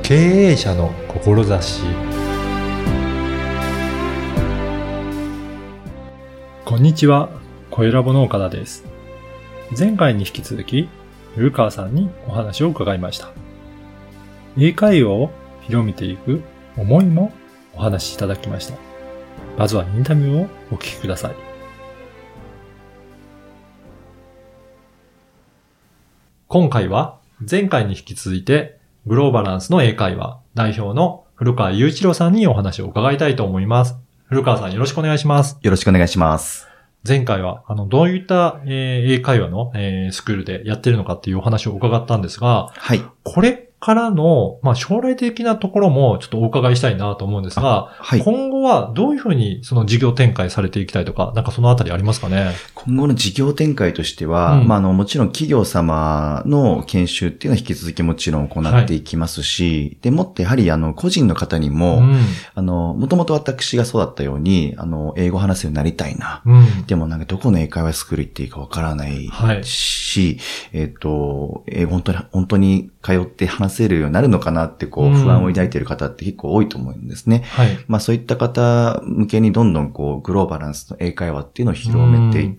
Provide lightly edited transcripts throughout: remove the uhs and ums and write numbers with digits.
経営者の志。こんにちは、声ラボの岡田です。前回に引き続き古川さんにお話を伺いました。英会話を広めていく思いもお話しいただきました。まずはインタビューをお聞きください。今回は前回に引き続いてグローバランスの英会話代表の古川雄一郎さんにお話を伺いたいと思います。古川さんよろしくお願いします。 よろしくお願いします。 前回はどういった英会話のスクールでやってるのかっていうお話を伺ったんですが、 はい。 これからの将来的なところもちょっとお伺いしたいなと思うんですが、 はい。 今後はどういうふうにその事業展開されていきたいとか、なんかそのあたりありますかね。 今後の事業展開としては、もちろん企業様の研修っていうのは引き続きもちろん行っていきますし、でもってやはり個人の方にも、もともと私がそうだったように、英語話せるようになりたいな。でもなんかどこの英会話スクール行っていいかわからないし、英語本当に通って話せるようになるのかなって不安を抱いている方って結構多いと思うんですね。 はい。 そういった方向けにどんどんグローバランスの英会話っていうのを広めていって、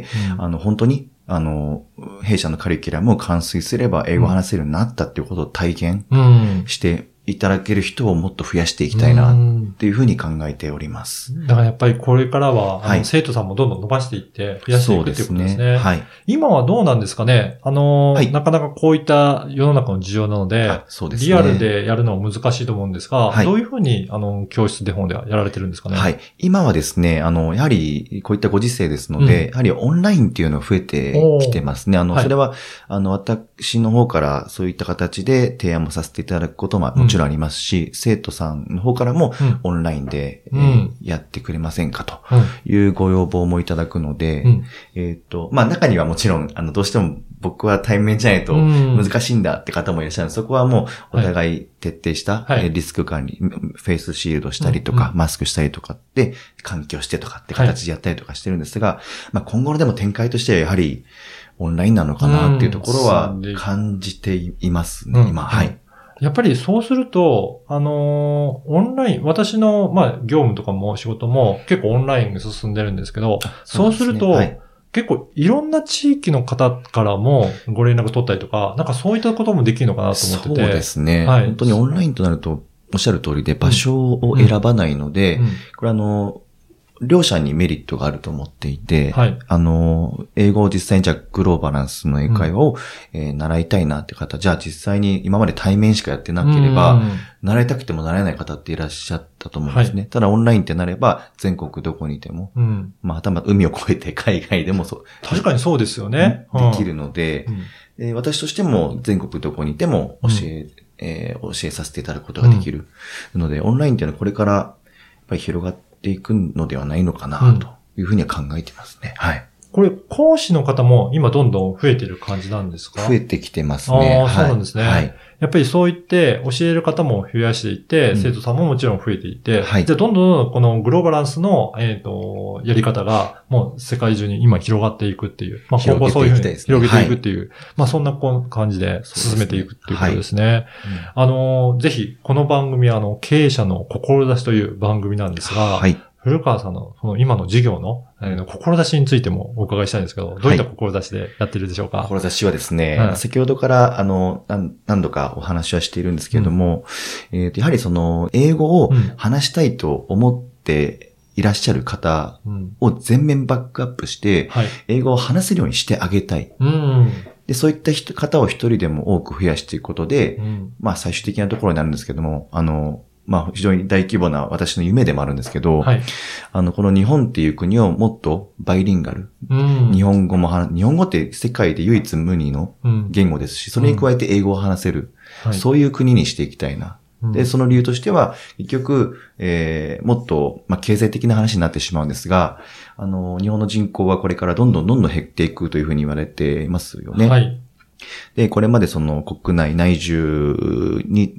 本当に弊社のカリキュラムを完遂すれば英語を話せるようになったっていうことを体現していただける人をもっと増やしていきたいなっていうふうに考えております。 だからやっぱりこれからは、生徒さんもどんどん伸ばしていって増やしていくっていうことですね。 そうですね。はい。 今はどうなんですかね。なかなかこういった世の中の事情なので、 そうですね、 リアルでやるのは難しいと思うんですが、どういうふうに教室で本ではやられてるんですかね。 はい。今はですね、やはりこういったご時世ですので、やはりオンラインっていうのが増えてきてますね。それは私の方からそういった形で提案もさせていただくことももちろんありますし、生徒さんの方からもオンラインで、やってくれませんかというご要望もいただくので、中にはもちろんどうしても僕は対面じゃないと難しいんだって方もいらっしゃるので、そこはもうお互い徹底したリスク管理、フェイスシールドしたりとか、マスクしたりとかって換気をしてとかって形でやったりとかしてるんですが、今後のでも展開としてはやはりオンラインなのかなっていうところは感じていますね、今。はい。 やっぱりそうすると、オンライン、私の、業務とかも仕事も結構オンラインが進んでるんですけど、そうすると、結構いろんな地域の方からもご連絡取ったりとか、なんかそういったこともできるのかなと思ってて。 そうですね。はい。本当にオンラインとなると、おっしゃる通りで場所を選ばないので、これ両者にメリットがあると思っていて、英語を実際にじゃあグローバランスの英会話を、習いたいなって方、じゃあ実際に今まで対面しかやってなければ、習いたくても習えない方っていらっしゃったと思うんですね。ただオンラインってなれば全国どこにいても、はたまた海を越えて海外でも確かにそうですよね。 できるので、私としても全国どこにいても教えさせていただくことができるので、オンラインっていうのはこれからやっぱり広がっていくのではないのかなというふうには考えてますね。はい。 これ講師の方も今どんどん増えてる感じなんですか？ 増えてきてますね。 そうなんですね。はい。やっぱりそう言って教える方も増やしていて、生徒さんももちろん増えていて、じゃあどんどんこのグローバランスのやり方がもう世界中に今広がっていくっていう、今後そういうふうに広げていくっていう、そんな感じで進めていくっていうことですね。ぜひこの番組は経営者の志という番組なんですが、古川さんの今の事業の志についてもお伺いしたいんですけど、どういった志でやってるでしょうか？ 志はですね、先ほどから何度かお話はしているんですけれども、やはり英語を話したいと思っていらっしゃる方を全面バックアップして、英語を話せるようにしてあげたい。で、そういった方を一人でも多く増やしていくことで、最終的なところになるんですけども、非常に大規模な私の夢でもあるんですけど、この日本っていう国をもっとバイリンガル。日本語って世界で唯一無二の言語ですし、それに加えて英語を話せる。そういう国にしていきたいな。で、その理由としては、結局、もっと、経済的な話になってしまうんですが、日本の人口はこれからどんどん減っていくというふうに言われていますよね。で、これまで国内内需に、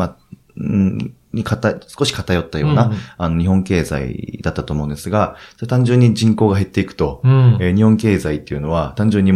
少し偏ったような、日本経済だったと思うんですが、それ単純に人口が減っていくと、日本経済っていうのは単純にもう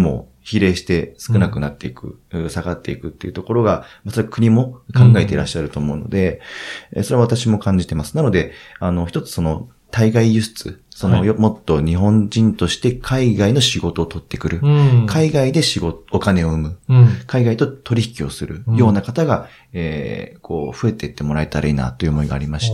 比例して少なくなっていく、下がっていくっていうところが、それは国も考えていらっしゃると思うので、それは私も感じてます。なので、一つ対外輸出、もっと日本人として海外の仕事を取ってくる。海外でお金を生む。海外と取引をするような方が、増えていってもらえたらいいなという思いがありまして、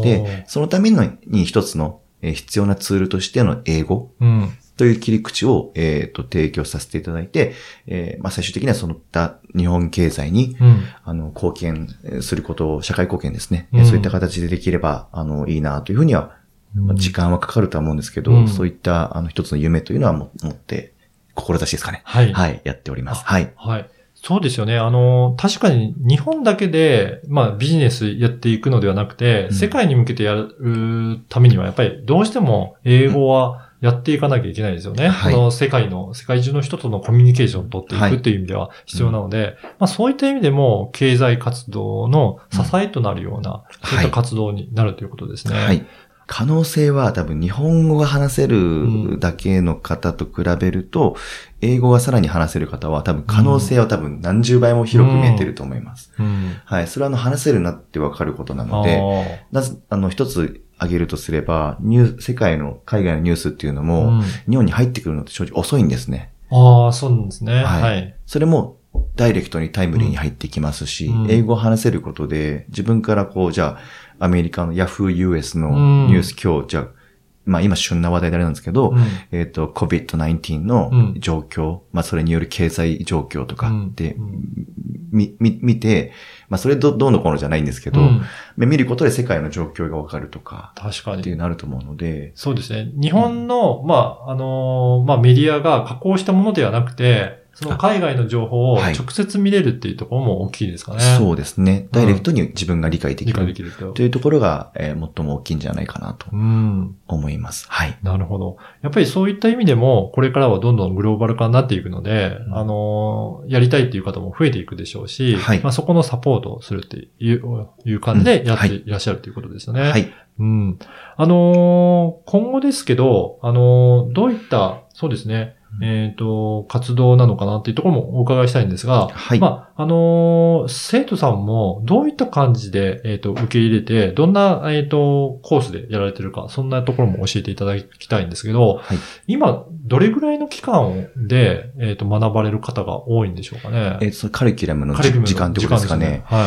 そのために一つの必要なツールとしての英語という切り口を、提供させていただいて、最終的にはその他日本経済に、貢献することを、社会貢献ですね。そういった形でできれば、いいなというふうには、時間はかかるとは思うんですけど、そういった一つの夢というのは持って、志ですかね。はい、やっております。はい。 そうですよね。確かに日本だけで、ビジネスやっていくのではなくて、世界に向けてやるためには、やっぱりどうしても英語はやっていかなきゃいけないですよね。世界中の人とのコミュニケーションを取っていくっていう意味では必要なので、そういった意味でも経済活動の支えとなるような、そういった活動になるということですね。はい。 可能性は多分日本語が話せるだけの方と比べると、英語がさらに話せる方は多分可能性は多分何十倍も広く見えてると思います。はい。それは話せるなってわかることなので、一つ挙げるとすれば、海外のニュースっていうのも、日本に入ってくるのって正直遅いんですね。 そうなんですね。はい。 それもダイレクトにタイムリーに入ってきますし、英語を話せることで、自分からじゃあ、アメリカの Yahoo US のニュース、今日、じゃあ、今旬な話題であれなんですけど、COVID-19 の状況、それによる経済状況とかで、見て、それどうのこうのじゃないんですけど、見ることで世界の状況がわかるとか、 確かに。 っていうのあると思うので。 そうですね。日本の、メディアが加工したものではなくて、その海外の情報を直接見れるっていうところも大きいですかね。 そうですね。ダイレクトに自分が理解できるというところが、最も大きいんじゃないかなと思います。はい。 なるほど。やっぱりそういった意味でも、これからはどんどんグローバル化になっていくので、やりたいっていう方も増えていくでしょうし、そこのサポートをするっていう感じでやっていらっしゃるということですよね。はい。今後ですけど、どういった、そうですね、活動なのかなっていうところもお伺いしたいんですが、はい。生徒さんもどういった感じで、受け入れて、どんな、コースでやられてるか、そんなところも教えていただきたいんですけど、はい。今、どれぐらいの期間で、学ばれる方が多いんでしょうかね。 カリキュラムの時間ってことですかね。はい。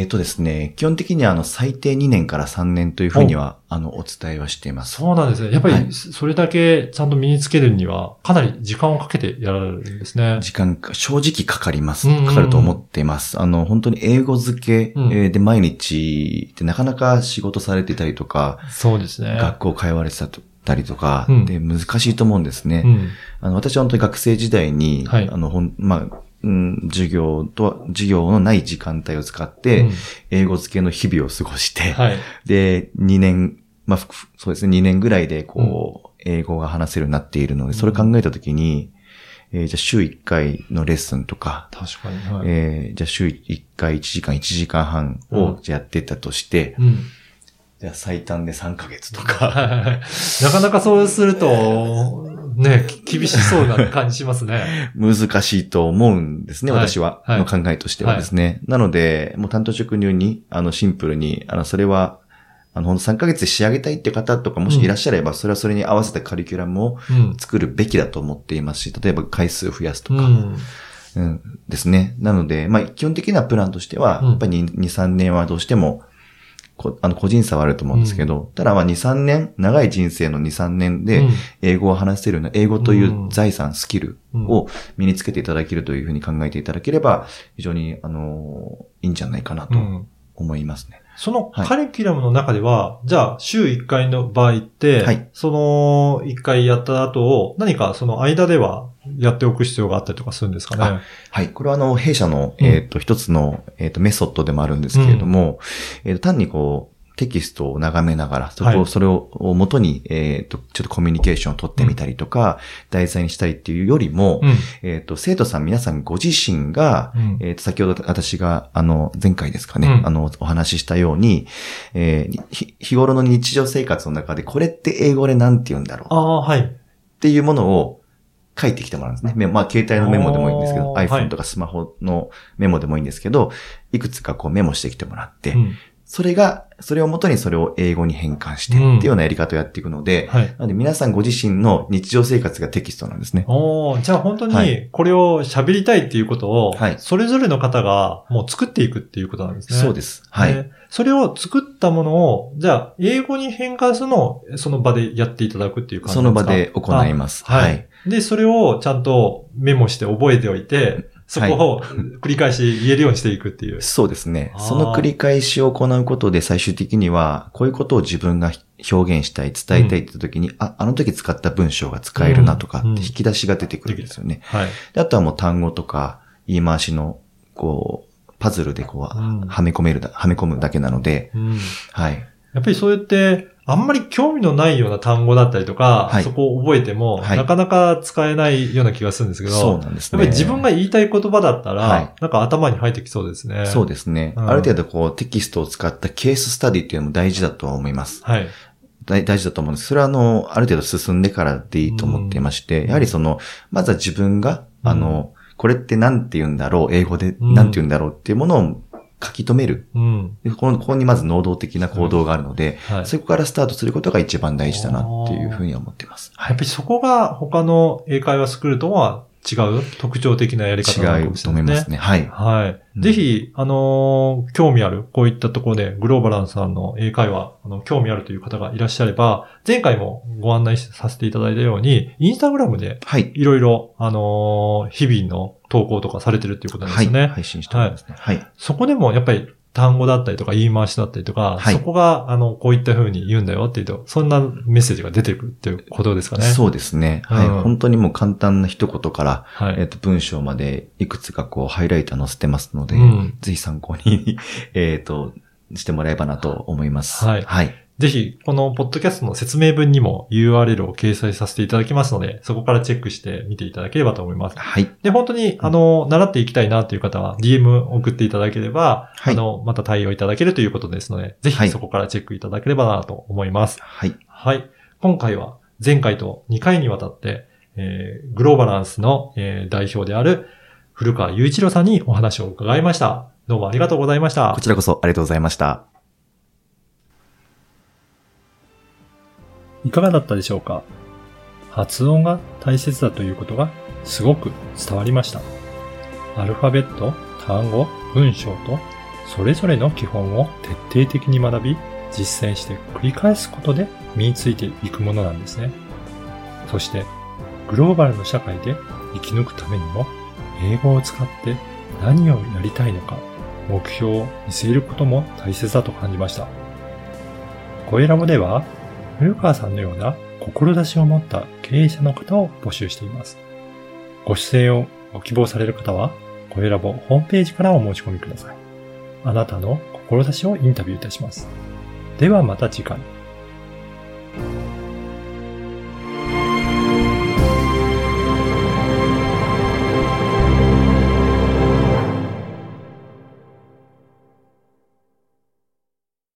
ですね、基本的には最低2年から3年というふうには、お伝えはしています。 そうなんですね。やっぱり、それだけちゃんと身につけるには、かなり時間をかけてやられるんですね。 正直かかります。かかると思っています。本当に英語付けで毎日でなかなか仕事されていたりとか、 そうですね。 学校通われてたりとか、で難しいと思うんですね。私は本当に学生時代に、授業のない時間帯を使って、英語付けの日々を過ごして、で、2年、そうですね、2年ぐらいで英語が話せるようになっているので、それを考えたときに、じゃあ週1回のレッスンとか、 確かに、 じゃあ週1回1時間、1時間半をやってたとして、じゃあ最短で3ヶ月とか。 なかなかそうすると、ね、厳しそうな感じしますね。 難しいと思うんですね、私は。の考えとしてはですね。なので、もう単刀直入に、シンプルに、それは、ほんと3ヶ月で仕上げたいっていう方とかもしいらっしゃれば、それはそれに合わせたカリキュラムを作るべきだと思っていますし、例えば回数を増やすとか、ですね。なので、基本的なプランとしては、やっぱり2、3年はどうしても、個人差はあると思うんですけど、ただ2、3年、長い人生の2、3年で、英語を話せるような、英語という財産、スキルを身につけていただけるというふうに考えていただければ、非常に、いいんじゃないかなと思いますね。 そのカリキュラムの中では、じゃあ週1回の場合って、その1回やった後を何かその間ではやっておく必要があったりとかするんですかね。 はい。これは弊社の、一つの、メソッドでもあるんですけれども、単にテキストを眺めながら、それを元に、ちょっとコミュニケーションを取ってみたりとか、題材にしたいっていうよりも、生徒さん皆さんご自身が、先ほど私が、前回ですかね、お話ししたように、日頃の日常生活の中で、これって英語でなんて言うんだろう。っていうものを書いてきてもらうんですね。まあ、携帯のメモでもいいんですけど、iPhone とかスマホのメモでもいいんですけど、いくつかこうメモしてきてもらって、それをもとにそれを英語に変換してっていうようなやり方をやっていくので、なので皆さんご自身の日常生活がテキストなんですね。 じゃあ本当にこれを喋りたいっていうことを、それぞれの方がもう作っていくっていうことなんですね。 そうです。はい。 それを作ったものを、じゃあ英語に変換するのをその場でやっていただくっていう感じですか？ その場で行います。はい。 で、それをちゃんとメモして覚えておいて、そこを繰り返し言えるようにしていくっていう。 そうですね。その繰り返しを行うことで最終的には、こういうことを自分が表現したい、伝えたいって時に、あの時使った文章が使えるなとかって引き出しが出てくるんですよね。であとはもう単語とか言い回しの、こう、パズルでこう、はめ込むだけなので、はい。 やっぱりそうやって、あんまり興味のないような単語だったりとか、そこを覚えても、なかなか使えないような気がするんですけど、 そうなんですね。 やっぱり自分が言いたい言葉だったら、なんか頭に入ってきそうですね。 そうですね。ある程度こうテキストを使ったケーススタディっていうのも大事だとは思います。はい。大事だと思うんです。それはある程度進んでからでいいと思っていまして、やはりまずは自分が、これって何て言うんだろう、英語で何て言うんだろうっていうものを書き留める。ここにまず能動的な行動があるので、そこからスタートすることが一番大事だなっていうふうには思っています。 やっぱりそこが他の英会話スクールとは違う特徴的なやり方なのかもしれないですね。違うと思いますね。はい。はい。ぜひ、興味ある、こういったところでグローバランスさんの英会話、興味あるという方がいらっしゃれば、前回もご案内させていただいたように、インスタグラムで、いろいろ、日々の投稿とかされてるっていうことなんですよね。 配信してますね。はい。 そこでもやっぱり単語だったりとか言い回しだったりとか、そこが、こういった風に言うんだよっていうと、そんなメッセージが出てくるっていうことですかね。 そうですね。はい。本当にもう簡単な一言から、文章までいくつかこうハイライト載せてますので、ぜひ参考に、してもらえばなと思います。はい。はい。 ぜひ、このポッドキャストの説明文にも URL を掲載させていただきますので、そこからチェックして見ていただければと思います。はい。で、本当に、習っていきたいなという方は、DM 送っていただければ、また対応いただけるということですので、ぜひそこからチェックいただければなと思います。はい。はい。今回は、前回と2回にわたって、グローバランスの、代表である、古川雄一郎さんにお話を伺いました。どうもありがとうございました。 こちらこそありがとうございました。 いかがだったでしょうか？発音が大切だということがすごく伝わりました。アルファベット、単語、文章とそれぞれの基本を徹底的に学び、実践して繰り返すことで身についていくものなんですね。そしてグローバルの社会で生き抜くためにも英語を使って何をやりたいのか目標を見据えることも大切だと感じました。声ラボでは古川さんのような志を持った経営者の方を募集しています。ご出演をご希望される方は、声ラボホームページからお申し込みください。あなたの志をインタビューいたします。ではまた次回。